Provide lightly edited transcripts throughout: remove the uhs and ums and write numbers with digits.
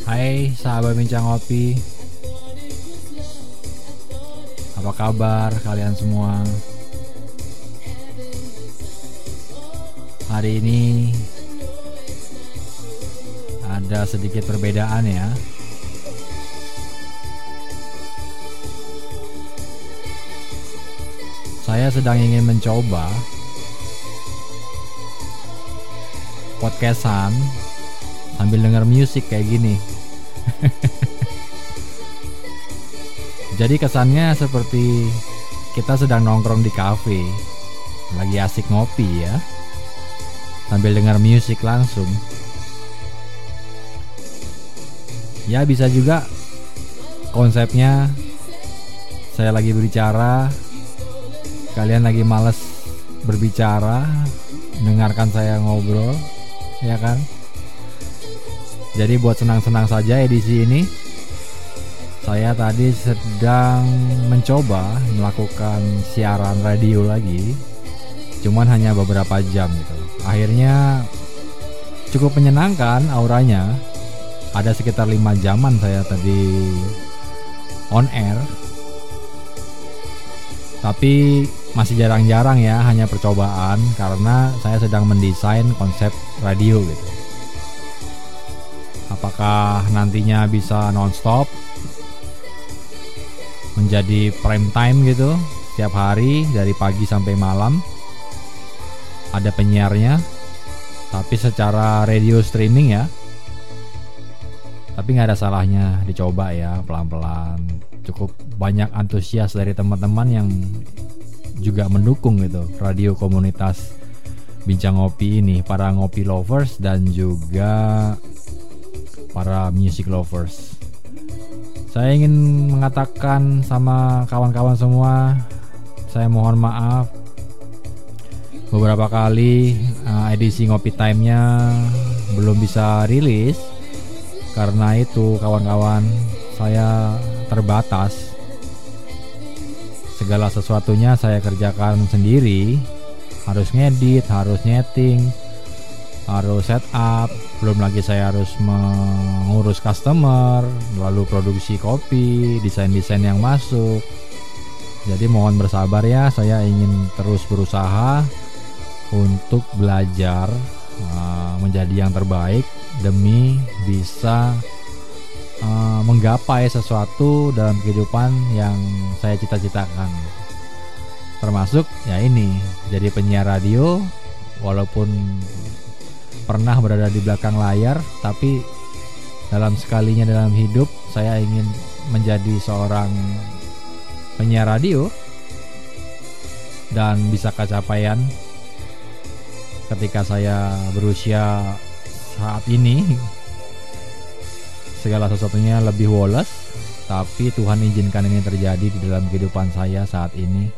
Hai sahabat bincang ngopi, apa kabar kalian semua? Hari ini ada sedikit perbedaan ya. Saya sedang ingin mencoba podcastan sambil denger musik kayak gini. Jadi kesannya seperti kita sedang nongkrong di kafe, lagi asik ngopi ya, sambil dengar musik langsung. Ya bisa juga konsepnya saya lagi berbicara, kalian lagi males berbicara, dengarkan saya ngobrol, ya kan? Jadi buat senang-senang saja edisi ini, saya tadi sedang mencoba melakukan siaran radio lagi, cuman hanya beberapa jam gitu. Akhirnya cukup menyenangkan auranya. Ada sekitar 5 jaman saya tadi on air, tapi masih jarang-jarang ya, hanya percobaan karena saya sedang mendesain konsep radio gitu. Apakah nantinya bisa non-stop menjadi prime time gitu, setiap hari dari pagi sampai malam ada penyiarnya, tapi secara radio streaming ya. Tapi gak ada salahnya dicoba ya, pelan-pelan. Cukup banyak antusias dari teman-teman yang juga mendukung gitu radio komunitas Bincang Ngopi ini, para ngopi lovers dan juga para music lovers. Saya ingin mengatakan sama kawan-kawan semua, saya mohon maaf beberapa kali edisi ngopi time-nya belum bisa rilis. Karena itu kawan-kawan, saya terbatas. Segala sesuatunya saya kerjakan sendiri, harus ngedit, harus nyeting, harus setup, belum lagi saya harus mengurus customer, lalu produksi kopi, desain-desain yang masuk. Jadi mohon bersabar ya, saya ingin terus berusaha untuk belajar menjadi yang terbaik demi bisa menggapai sesuatu dalam kehidupan yang saya cita-citakan. Termasuk ya ini, jadi penyiar radio, walaupun pernah berada di belakang layar, tapi dalam sekalinya dalam hidup saya ingin menjadi seorang penyiar radio dan bisa kecapaian ketika saya berusia saat ini. Segala sesuatunya lebih woles, tapi Tuhan izinkan ini terjadi di dalam kehidupan saya saat ini.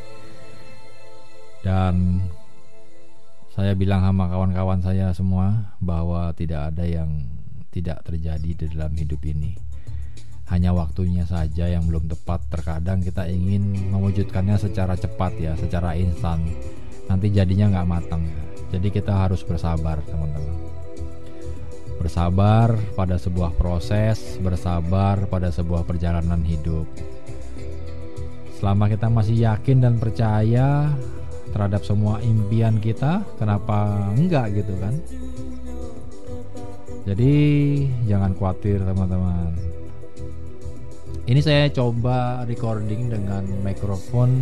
Dan saya bilang sama kawan-kawan saya semua bahwa tidak ada yang tidak terjadi di dalam hidup ini. Hanya waktunya saja yang belum tepat. Terkadang kita ingin mewujudkannya secara cepat ya, secara instan. Nanti jadinya gak matang. Jadi kita harus bersabar teman-teman. Bersabar pada sebuah proses, bersabar pada sebuah perjalanan hidup. Selama kita masih yakin dan percaya terhadap semua impian kita, kenapa enggak gitu kan? Jadi jangan khawatir teman-teman. Ini saya coba recording dengan mikrofon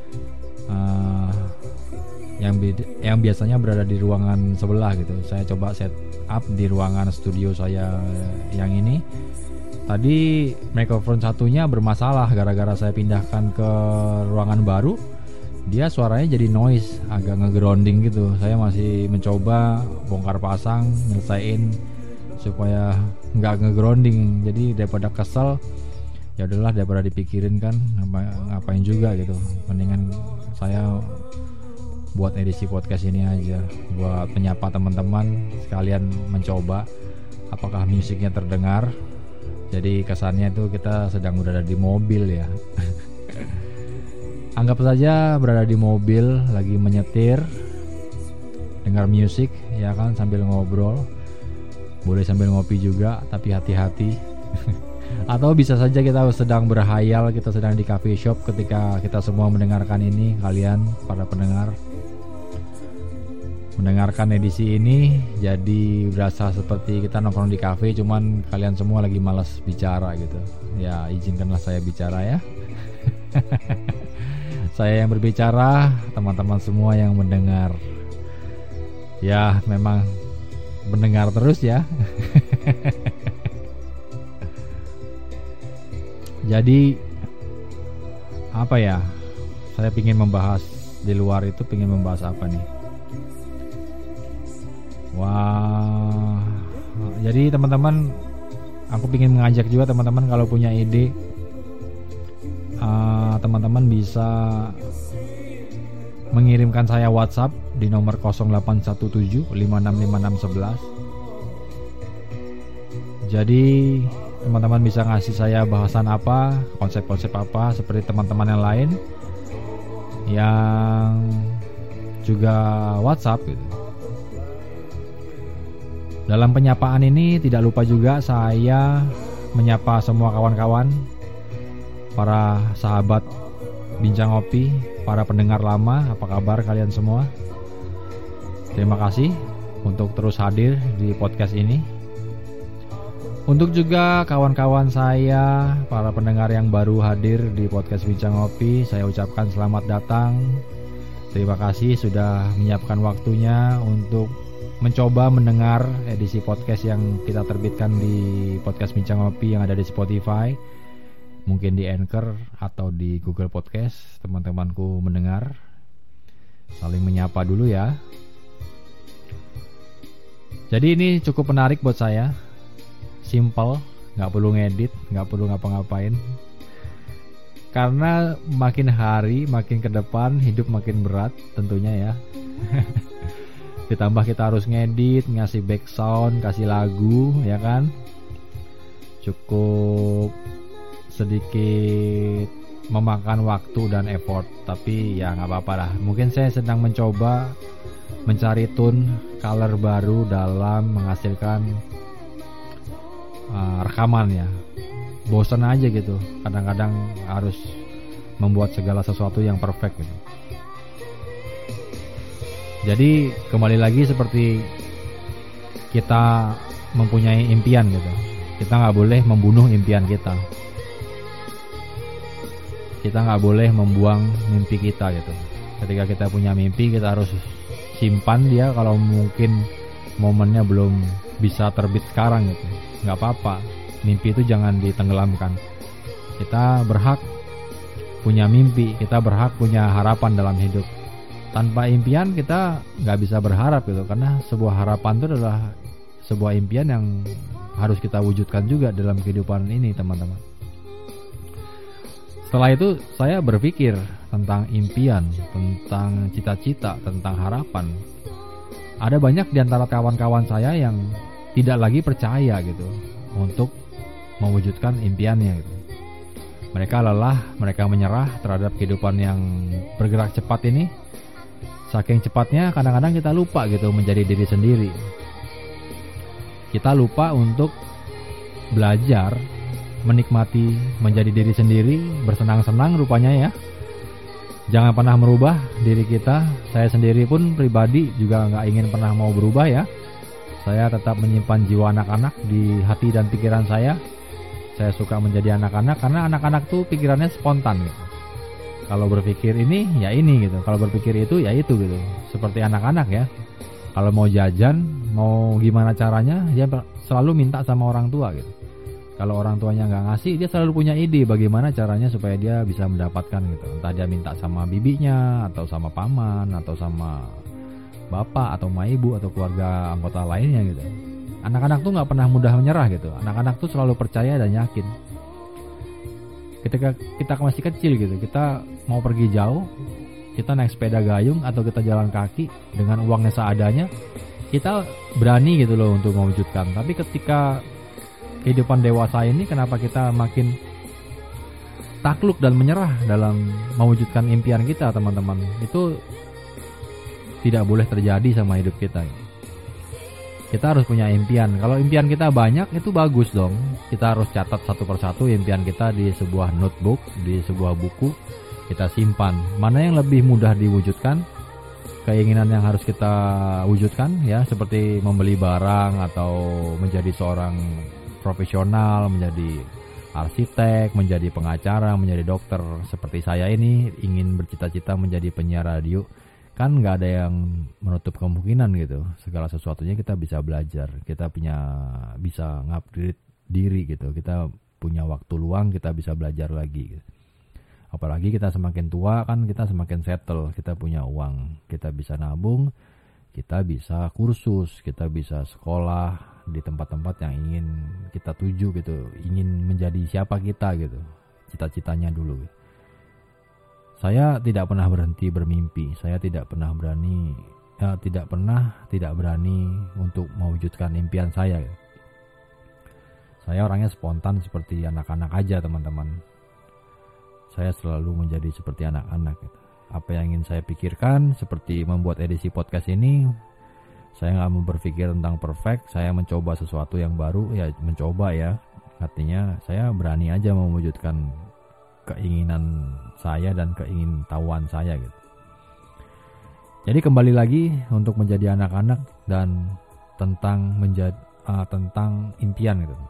yang biasanya berada di ruangan sebelah gitu. Saya coba set up di ruangan studio saya yang ini. Tadi mikrofon satunya bermasalah gara-gara saya pindahkan ke ruangan baru. Dia suaranya jadi noise, agak nge-grounding gitu. Saya masih mencoba bongkar pasang, nyelesain supaya nggak nge-grounding. Jadi daripada kesel, ya udahlah, daripada dipikirin kan ngapain juga gitu. Mendingan saya buat edisi podcast ini aja, buat menyapa teman-teman sekalian, mencoba apakah musiknya terdengar. Jadi kesannya itu kita sedang berada di mobil ya. Anggap saja berada di mobil, lagi menyetir, dengar musik ya kan, sambil ngobrol. Boleh sambil ngopi juga, tapi hati-hati Atau bisa saja kita sedang berhayal, kita sedang di coffee shop ketika kita semua mendengarkan ini. Kalian para pendengar mendengarkan edisi ini, jadi berasa seperti kita nongkrong di cafe, cuman kalian semua lagi malas bicara gitu. Ya izinkanlah saya bicara ya. Saya yang berbicara, teman-teman semua yang mendengar. Ya memang mendengar terus ya. Jadi apa ya? Saya ingin membahas di luar itu, ingin membahas apa nih? Wah, jadi teman-teman, aku ingin mengajak juga teman-teman kalau punya ide, teman-teman bisa mengirimkan saya WhatsApp di nomor 0817 565611. Jadi teman-teman bisa ngasih saya bahasan apa, konsep-konsep apa, seperti teman-teman yang lain yang juga WhatsApp gitu. Dalam penyapaan ini tidak lupa juga saya menyapa semua kawan-kawan, para sahabat Bincang Ngopi, para pendengar lama, apa kabar kalian semua? Terima kasih untuk terus hadir di podcast ini. Untuk juga kawan-kawan saya, para pendengar yang baru hadir di podcast Bincang Ngopi, saya ucapkan selamat datang. Terima kasih sudah menyiapkan waktunya untuk mencoba mendengar edisi podcast yang kita terbitkan di podcast Bincang Ngopi yang ada di Spotify, mungkin di Anchor atau di Google Podcast. Teman-temanku mendengar, saling menyapa dulu ya. Jadi ini cukup menarik buat saya. Simple, gak perlu ngedit, gak perlu ngapa-ngapain. Karena makin hari, makin ke depan, hidup makin berat tentunya ya. Ditambah kita harus ngedit, ngasih back sound, kasih lagu, ya kan. Cukup sedikit memakan waktu dan effort. Tapi ya gak apa-apa lah. Mungkin saya sedang mencoba mencari tone, color baru dalam menghasilkan rekaman ya. Bosan aja gitu, kadang-kadang harus membuat segala sesuatu yang perfect gitu. Jadi kembali lagi seperti kita mempunyai impian gitu, kita nggak boleh membunuh impian kita. Kita nggak boleh membuang mimpi kita gitu. Ketika kita punya mimpi, kita harus simpan dia. Kalau mungkin momennya belum bisa terbit sekarang gitu, nggak apa-apa, mimpi itu jangan ditenggelamkan. Kita berhak punya mimpi, kita berhak punya harapan dalam hidup. Tanpa impian kita nggak bisa berharap gitu, karena sebuah harapan itu adalah sebuah impian yang harus kita wujudkan juga dalam kehidupan ini, teman-teman. Setelah itu saya berpikir tentang impian, tentang cita-cita, tentang harapan. Ada banyak di antara kawan-kawan saya yang tidak lagi percaya gitu untuk mewujudkan impiannya gitu. Mereka lelah, mereka menyerah terhadap kehidupan yang bergerak cepat ini. Saking cepatnya kadang-kadang kita lupa gitu menjadi diri sendiri. Kita lupa untuk belajar menikmati menjadi diri sendiri, bersenang-senang rupanya ya. Jangan pernah merubah diri kita. Saya sendiri pun pribadi juga gak ingin pernah mau berubah ya. Saya tetap menyimpan jiwa anak-anak di hati dan pikiran saya. Saya suka menjadi anak-anak karena anak-anak tuh pikirannya spontan gitu. Kalau berpikir ini ya ini gitu, kalau berpikir itu ya itu gitu. Seperti anak-anak ya. Kalau mau jajan, mau gimana caranya, dia selalu minta sama orang tua gitu. Kalau orang tuanya nggak ngasih, dia selalu punya ide bagaimana caranya supaya dia bisa mendapatkan gitu. Entah dia minta sama bibinya, atau sama paman, atau sama bapak, atau sama ibu, atau keluarga anggota lainnya gitu. Anak-anak tuh nggak pernah mudah menyerah gitu. Anak-anak tuh selalu percaya dan yakin. Ketika kita masih kecil gitu, kita mau pergi jauh, kita naik sepeda gayung atau kita jalan kaki dengan uangnya seadanya, kita berani gitu loh untuk mewujudkan. Tapi ketika kehidupan dewasa ini, kenapa kita makin takluk dan menyerah dalam mewujudkan impian kita, teman-teman? Itu tidak boleh terjadi sama hidup kita. Kita harus punya impian. Kalau impian kita banyak itu bagus dong. Kita harus catat satu persatu impian kita di sebuah notebook, di sebuah buku. Kita simpan. Mana yang lebih mudah diwujudkan? Keinginan yang harus kita wujudkan ya, seperti membeli barang atau menjadi seorang profesional, menjadi arsitek, menjadi pengacara, menjadi dokter. Seperti saya ini ingin bercita-cita menjadi penyiar radio. Kan nggak ada yang menutup kemungkinan gitu. Segala sesuatunya kita bisa belajar, kita bisa ngupgrade diri gitu. Kita punya waktu luang, kita bisa belajar lagi gitu. Apalagi kita semakin tua kan kita semakin settle, kita punya uang, kita bisa nabung, kita bisa kursus, kita bisa sekolah di tempat-tempat yang ingin kita tuju gitu, ingin menjadi siapa kita gitu, cita-citanya dulu gitu. Saya tidak pernah berhenti bermimpi. Saya tidak berani untuk mewujudkan impian saya. Saya orangnya spontan seperti anak-anak aja, teman-teman. Saya selalu menjadi seperti anak-anak. Apa yang ingin saya pikirkan, seperti membuat edisi podcast ini, saya nggak mau berpikir tentang perfect. Saya mencoba sesuatu yang baru, ya mencoba ya. Artinya saya berani aja mewujudkan keinginan saya dan keingintahuan saya gitu. Jadi kembali lagi untuk menjadi anak-anak dan tentang impian gitu.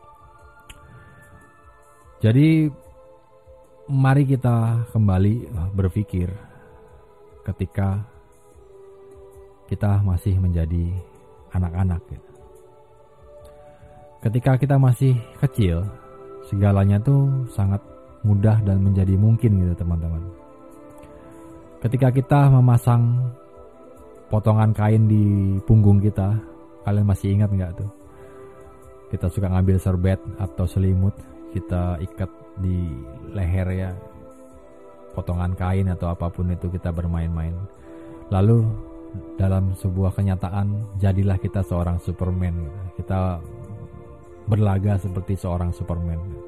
Jadi mari kita kembali berpikir ketika kita masih menjadi anak-anak gitu. Ketika kita masih kecil, segalanya tuh sangat mudah dan menjadi mungkin gitu, teman-teman. Ketika kita memasang potongan kain di punggung kita, kalian masih ingat nggak tuh? Kita suka ngambil serbet atau selimut, kita ikat di leher ya, potongan kain atau apapun itu, kita bermain-main. Lalu dalam sebuah kenyataan jadilah kita seorang Superman gitu. Kita berlaga seperti seorang Superman gitu.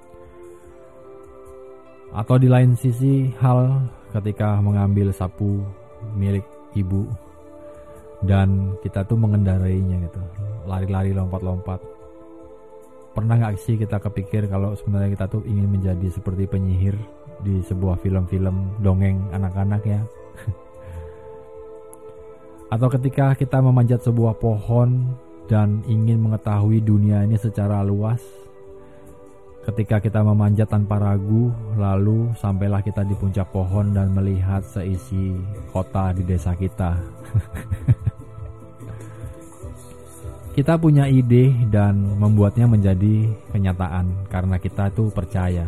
Atau di lain sisi hal, ketika mengambil sapu milik ibu dan kita tuh mengendarainya gitu, lari-lari, lompat-lompat. Pernah gak sih kita kepikir kalau sebenarnya kita tuh ingin menjadi seperti penyihir di sebuah film-film dongeng anak-anak ya? Atau ketika kita memanjat sebuah pohon dan ingin mengetahui dunia ini secara luas, ketika kita memanjat tanpa ragu, lalu sampailah kita di puncak pohon dan melihat seisi kota di desa kita. Kita punya ide dan membuatnya menjadi kenyataan karena kita itu percaya.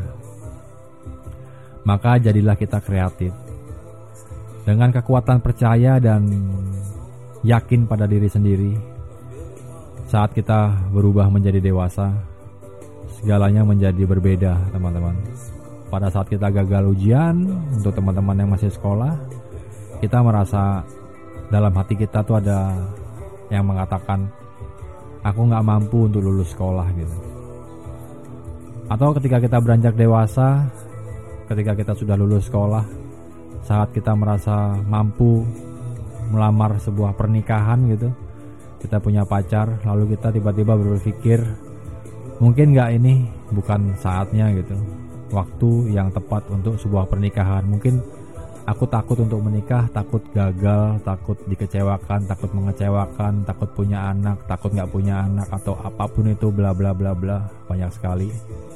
Maka jadilah kita kreatif. Dengan kekuatan percaya dan yakin pada diri sendiri, saat kita berubah menjadi dewasa, segalanya menjadi berbeda, teman-teman. Pada saat kita gagal ujian, untuk teman-teman yang masih sekolah, kita merasa dalam hati kita tuh ada yang mengatakan, aku gak mampu untuk lulus sekolah gitu. Atau ketika kita beranjak dewasa, ketika kita sudah lulus sekolah, saat kita merasa mampu melamar sebuah pernikahan gitu, kita punya pacar, lalu kita tiba-tiba berpikir, mungkin gak ini bukan saatnya gitu, waktu yang tepat untuk sebuah pernikahan. Mungkin aku takut untuk menikah, takut gagal, takut dikecewakan, takut mengecewakan, takut punya anak, takut gak punya anak, atau apapun itu, bla bla bla bla. Banyak sekali.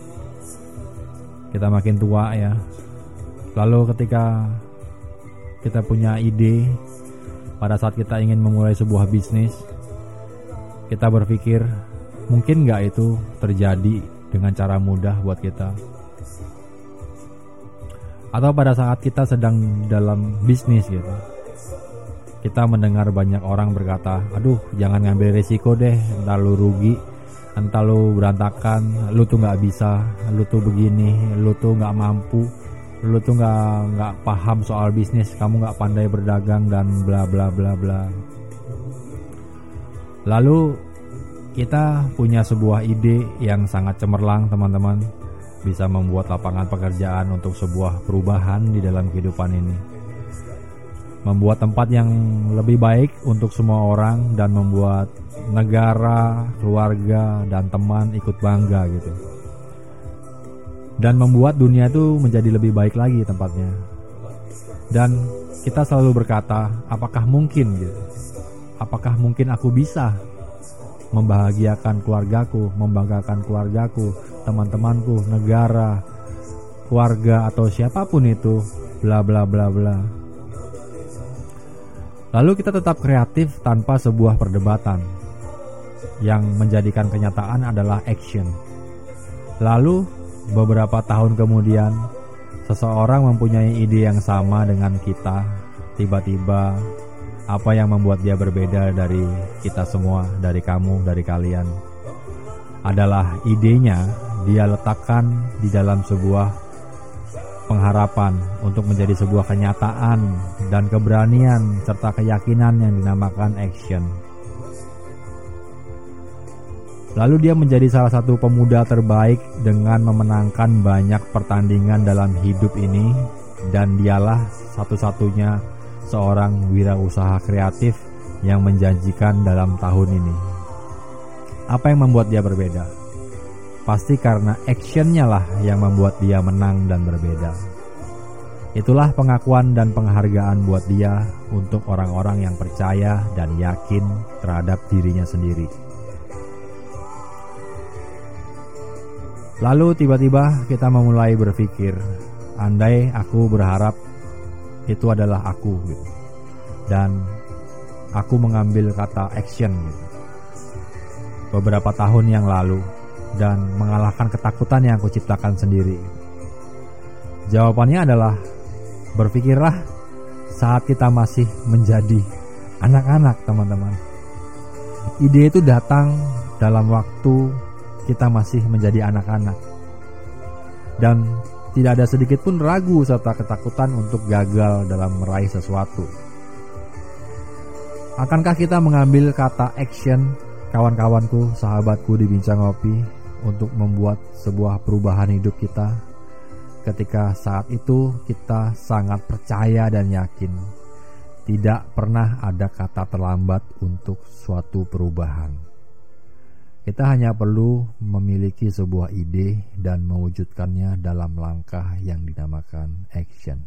Kita makin tua ya. Lalu ketika kita punya ide, pada saat kita ingin memulai sebuah bisnis, kita berpikir, mungkin gak itu terjadi dengan cara mudah buat kita. Atau pada saat kita sedang dalam bisnis gitu, kita mendengar banyak orang berkata, aduh jangan ngambil risiko deh, entar lu rugi, entar lu berantakan, lu tuh gak bisa, lu tuh begini, lu tuh gak mampu, lu tuh gak paham soal bisnis, kamu gak pandai berdagang, dan bla bla bla bla. Lalu kita punya sebuah ide yang sangat cemerlang, teman-teman, bisa membuat lapangan pekerjaan untuk sebuah perubahan di dalam kehidupan ini. membuat tempat yang lebih baik untuk semua orang, dan membuat negara, keluarga, dan teman ikut bangga gitu. Dan membuat dunia itu menjadi lebih baik lagi tempatnya. Dan kita selalu berkata, apakah mungkin gitu? Apakah mungkin aku bisa membahagiakan keluargaku, membanggakan keluargaku, teman-temanku, negara, keluarga, atau siapapun itu, bla bla bla bla. Lalu kita tetap kreatif tanpa sebuah perdebatan. Yang menjadikan kenyataan adalah action. Lalu beberapa tahun kemudian, seseorang mempunyai ide yang sama dengan kita. Tiba-tiba apa yang membuat dia berbeda dari kita semua, dari kamu, dari kalian, adalah idenya dia letakkan di dalam sebuah pengharapan untuk menjadi sebuah kenyataan dan keberanian serta keyakinan yang dinamakan action. Lalu dia menjadi salah satu pemuda terbaik dengan memenangkan banyak pertandingan dalam hidup ini, dan dialah satu-satunya seorang wirausaha kreatif yang menjanjikan dalam tahun ini. Apa yang membuat dia berbeda? Pasti karena actionnya lah yang membuat dia menang dan berbeda. Itulah pengakuan dan penghargaan buat dia untuk orang-orang yang percaya dan yakin terhadap dirinya sendiri. Lalu tiba-tiba kita memulai berpikir, andai aku berharap itu adalah aku gitu. Dan aku mengambil kata action gitu beberapa tahun yang lalu, dan mengalahkan ketakutan yang aku ciptakan sendiri. Jawabannya adalah, berpikirlah saat kita masih menjadi anak-anak, teman-teman. Ide itu datang dalam waktu kita masih menjadi anak-anak, dan tidak ada sedikit pun ragu serta ketakutan untuk gagal dalam meraih sesuatu. Akankah kita mengambil kata action, kawan-kawanku, sahabatku di Bincang Ngopi, untuk membuat sebuah perubahan hidup kita? Ketika saat itu kita sangat percaya dan yakin tidak pernah ada kata terlambat untuk suatu perubahan. Kita hanya perlu memiliki sebuah ide dan mewujudkannya dalam langkah yang dinamakan action.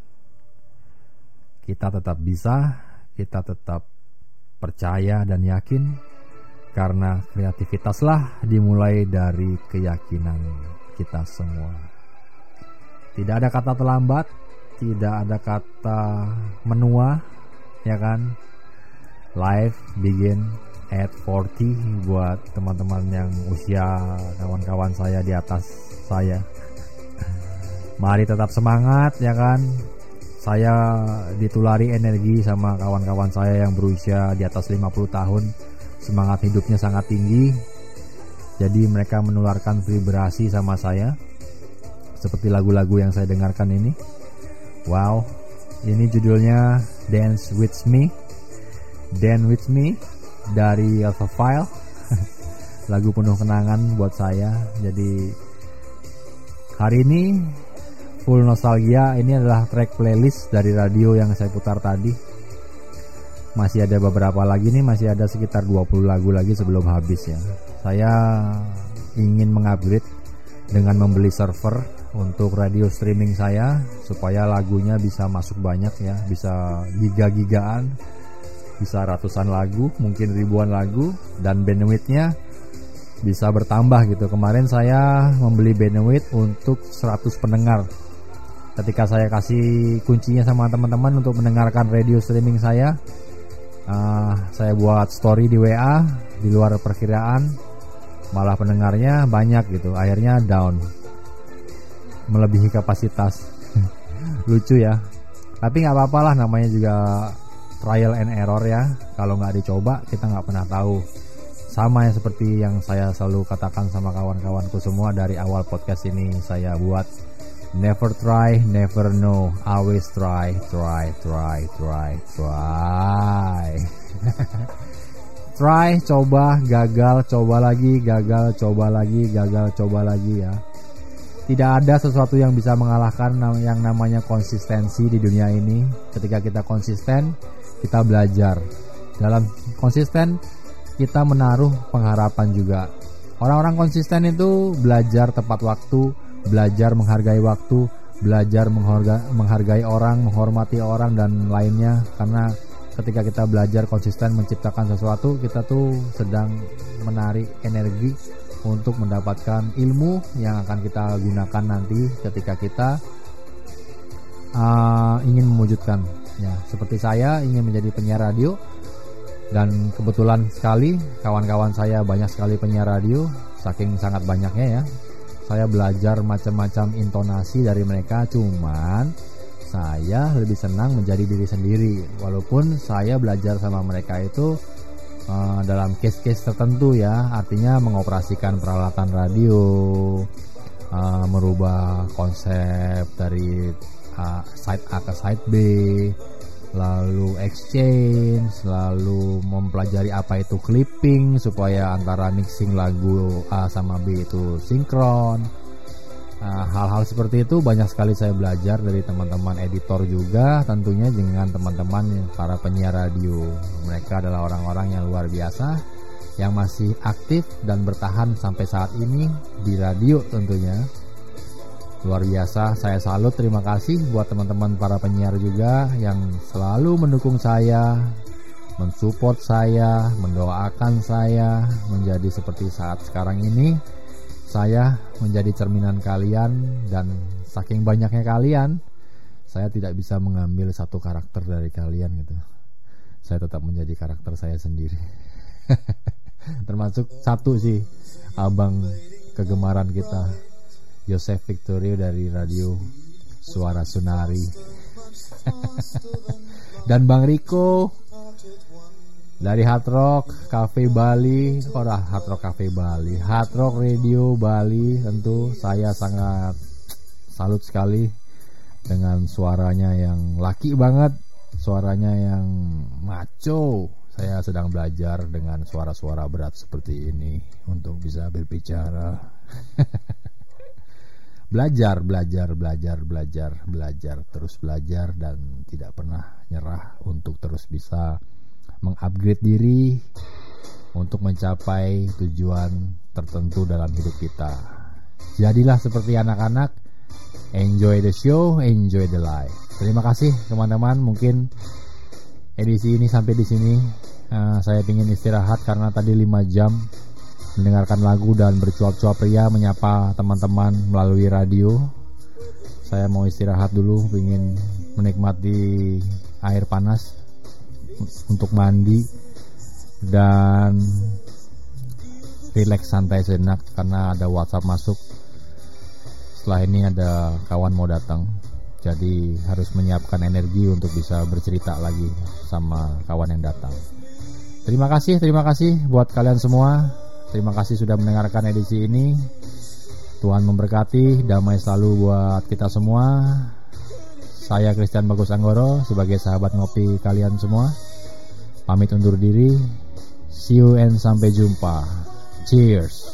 Kita tetap bisa, kita tetap percaya dan yakin, karena kreativitaslah dimulai dari keyakinan kita semua. Tidak ada kata terlambat, tidak ada kata menua, ya kan? Life begin at 40 buat teman-teman yang usia kawan-kawan saya di atas saya. Mari tetap semangat, ya kan? Saya ditulari energi sama kawan-kawan saya yang berusia di atas 50 tahun. Semangat hidupnya sangat tinggi. Jadi mereka menularkan vibrasi sama saya, seperti lagu-lagu yang saya dengarkan ini. Wow, ini judulnya Dance With Me, Dance With Me dari Alpha File. Lagu penuh kenangan buat saya. Jadi hari ini full nostalgia. Ini adalah track playlist dari radio yang saya putar tadi. Masih ada beberapa lagi nih, masih ada sekitar 20 lagu lagi sebelum habis ya. Saya ingin mengupgrade dengan membeli server untuk radio streaming saya, supaya lagunya bisa masuk banyak ya, bisa giga-gigaan, bisa ratusan lagu, mungkin ribuan lagu, dan bandwidthnya bisa bertambah gitu. Kemarin saya membeli bandwidth untuk 100 pendengar. Ketika saya kasih kuncinya sama teman-teman untuk mendengarkan radio streaming saya buat story di WA, di luar perkiraan, malah pendengarnya banyak gitu. Akhirnya down, melebihi kapasitas. Lucu ya, tapi nggak apa-apa lah, namanya juga trial and error ya. Kalau nggak dicoba kita nggak pernah tahu. Sama yang seperti yang saya selalu katakan sama kawan-kawanku semua dari awal podcast ini saya buat, never try, never know. Always try, try, try, try, try. Try, coba, gagal, coba lagi, gagal, coba lagi, gagal, coba lagi ya. Tidak ada sesuatu yang bisa mengalahkan yang namanya konsistensi di dunia ini. Ketika kita konsisten, kita belajar. Dalam konsisten, kita menaruh pengharapan juga. Orang-orang konsisten itu belajar tepat waktu, belajar menghargai waktu, belajar menghargai orang, menghormati orang dan lainnya. Karena ketika kita belajar konsisten menciptakan sesuatu, kita tuh sedang menarik energi untuk mendapatkan ilmu yang akan kita gunakan nanti ketika kita ingin mewujudkan. Ya, seperti saya ingin menjadi penyiar radio, dan kebetulan sekali kawan-kawan saya banyak sekali penyiar radio, saking sangat banyaknya ya. Saya belajar macam-macam intonasi dari mereka, cuman saya lebih senang menjadi diri sendiri. Walaupun saya belajar sama mereka itu dalam case-case tertentu ya, artinya mengoperasikan peralatan radio, merubah konsep dari side A ke side B, lalu exchange, lalu mempelajari apa itu clipping supaya antara mixing lagu A sama B itu sinkron. Hal-hal seperti itu banyak sekali saya belajar dari teman-teman editor juga, tentunya dengan teman-teman para penyiar radio. Mereka adalah orang-orang yang luar biasa, yang masih aktif dan bertahan sampai saat ini di radio tentunya. Luar biasa, saya salut, terima kasih buat teman-teman para penyiar juga yang selalu mendukung saya, mensupport saya, mendoakan saya menjadi seperti saat sekarang ini. Saya menjadi cerminan kalian, dan saking banyaknya kalian, saya tidak bisa mengambil satu karakter dari kalian gitu. Saya tetap menjadi karakter saya sendiri. Termasuk satu sih, abang kegemaran kita, Yosef Victorio dari radio Suara Sunari. Dan Bang Riko dari Hard Rock Cafe Bali, Hard Rock Radio Bali. Tentu saya sangat salut sekali dengan suaranya yang laki banget, suaranya yang maco. Saya sedang belajar dengan suara-suara berat seperti ini untuk bisa berbicara. Belajar, terus belajar dan tidak pernah nyerah untuk terus bisa mengupgrade diri untuk mencapai tujuan tertentu dalam hidup kita. Jadilah seperti anak-anak, enjoy the show, enjoy the life. Terima kasih teman-teman, mungkin edisi ini sampai di sini. Saya ingin istirahat karena tadi 5 jam mendengarkan lagu dan bercuap-cuap ria menyapa teman-teman melalui radio. Saya mau istirahat dulu, ingin menikmati air panas untuk mandi dan relax santai sejenak karena ada WhatsApp masuk. Setelah ini ada kawan mau datang, jadi harus menyiapkan energi untuk bisa bercerita lagi sama kawan yang datang. Terima kasih buat kalian semua. Terima kasih sudah mendengarkan edisi ini. Tuhan memberkati, damai selalu buat kita semua. Saya Christian Bagus Anggoro sebagai sahabat ngopi kalian semua pamit undur diri. See you and sampai jumpa. Cheers.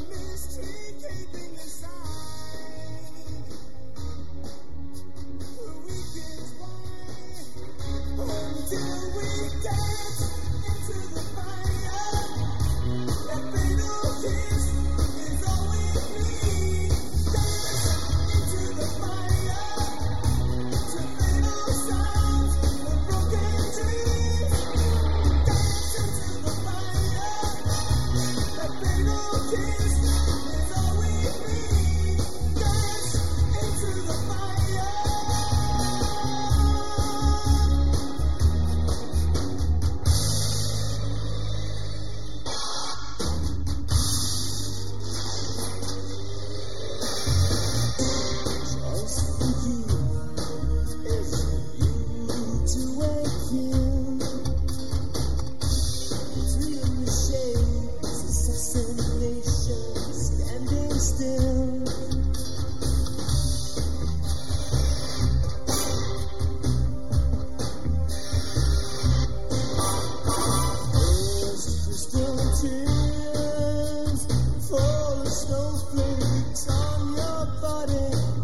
Snowflakes on your body.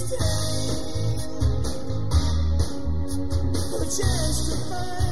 stay for a chance to find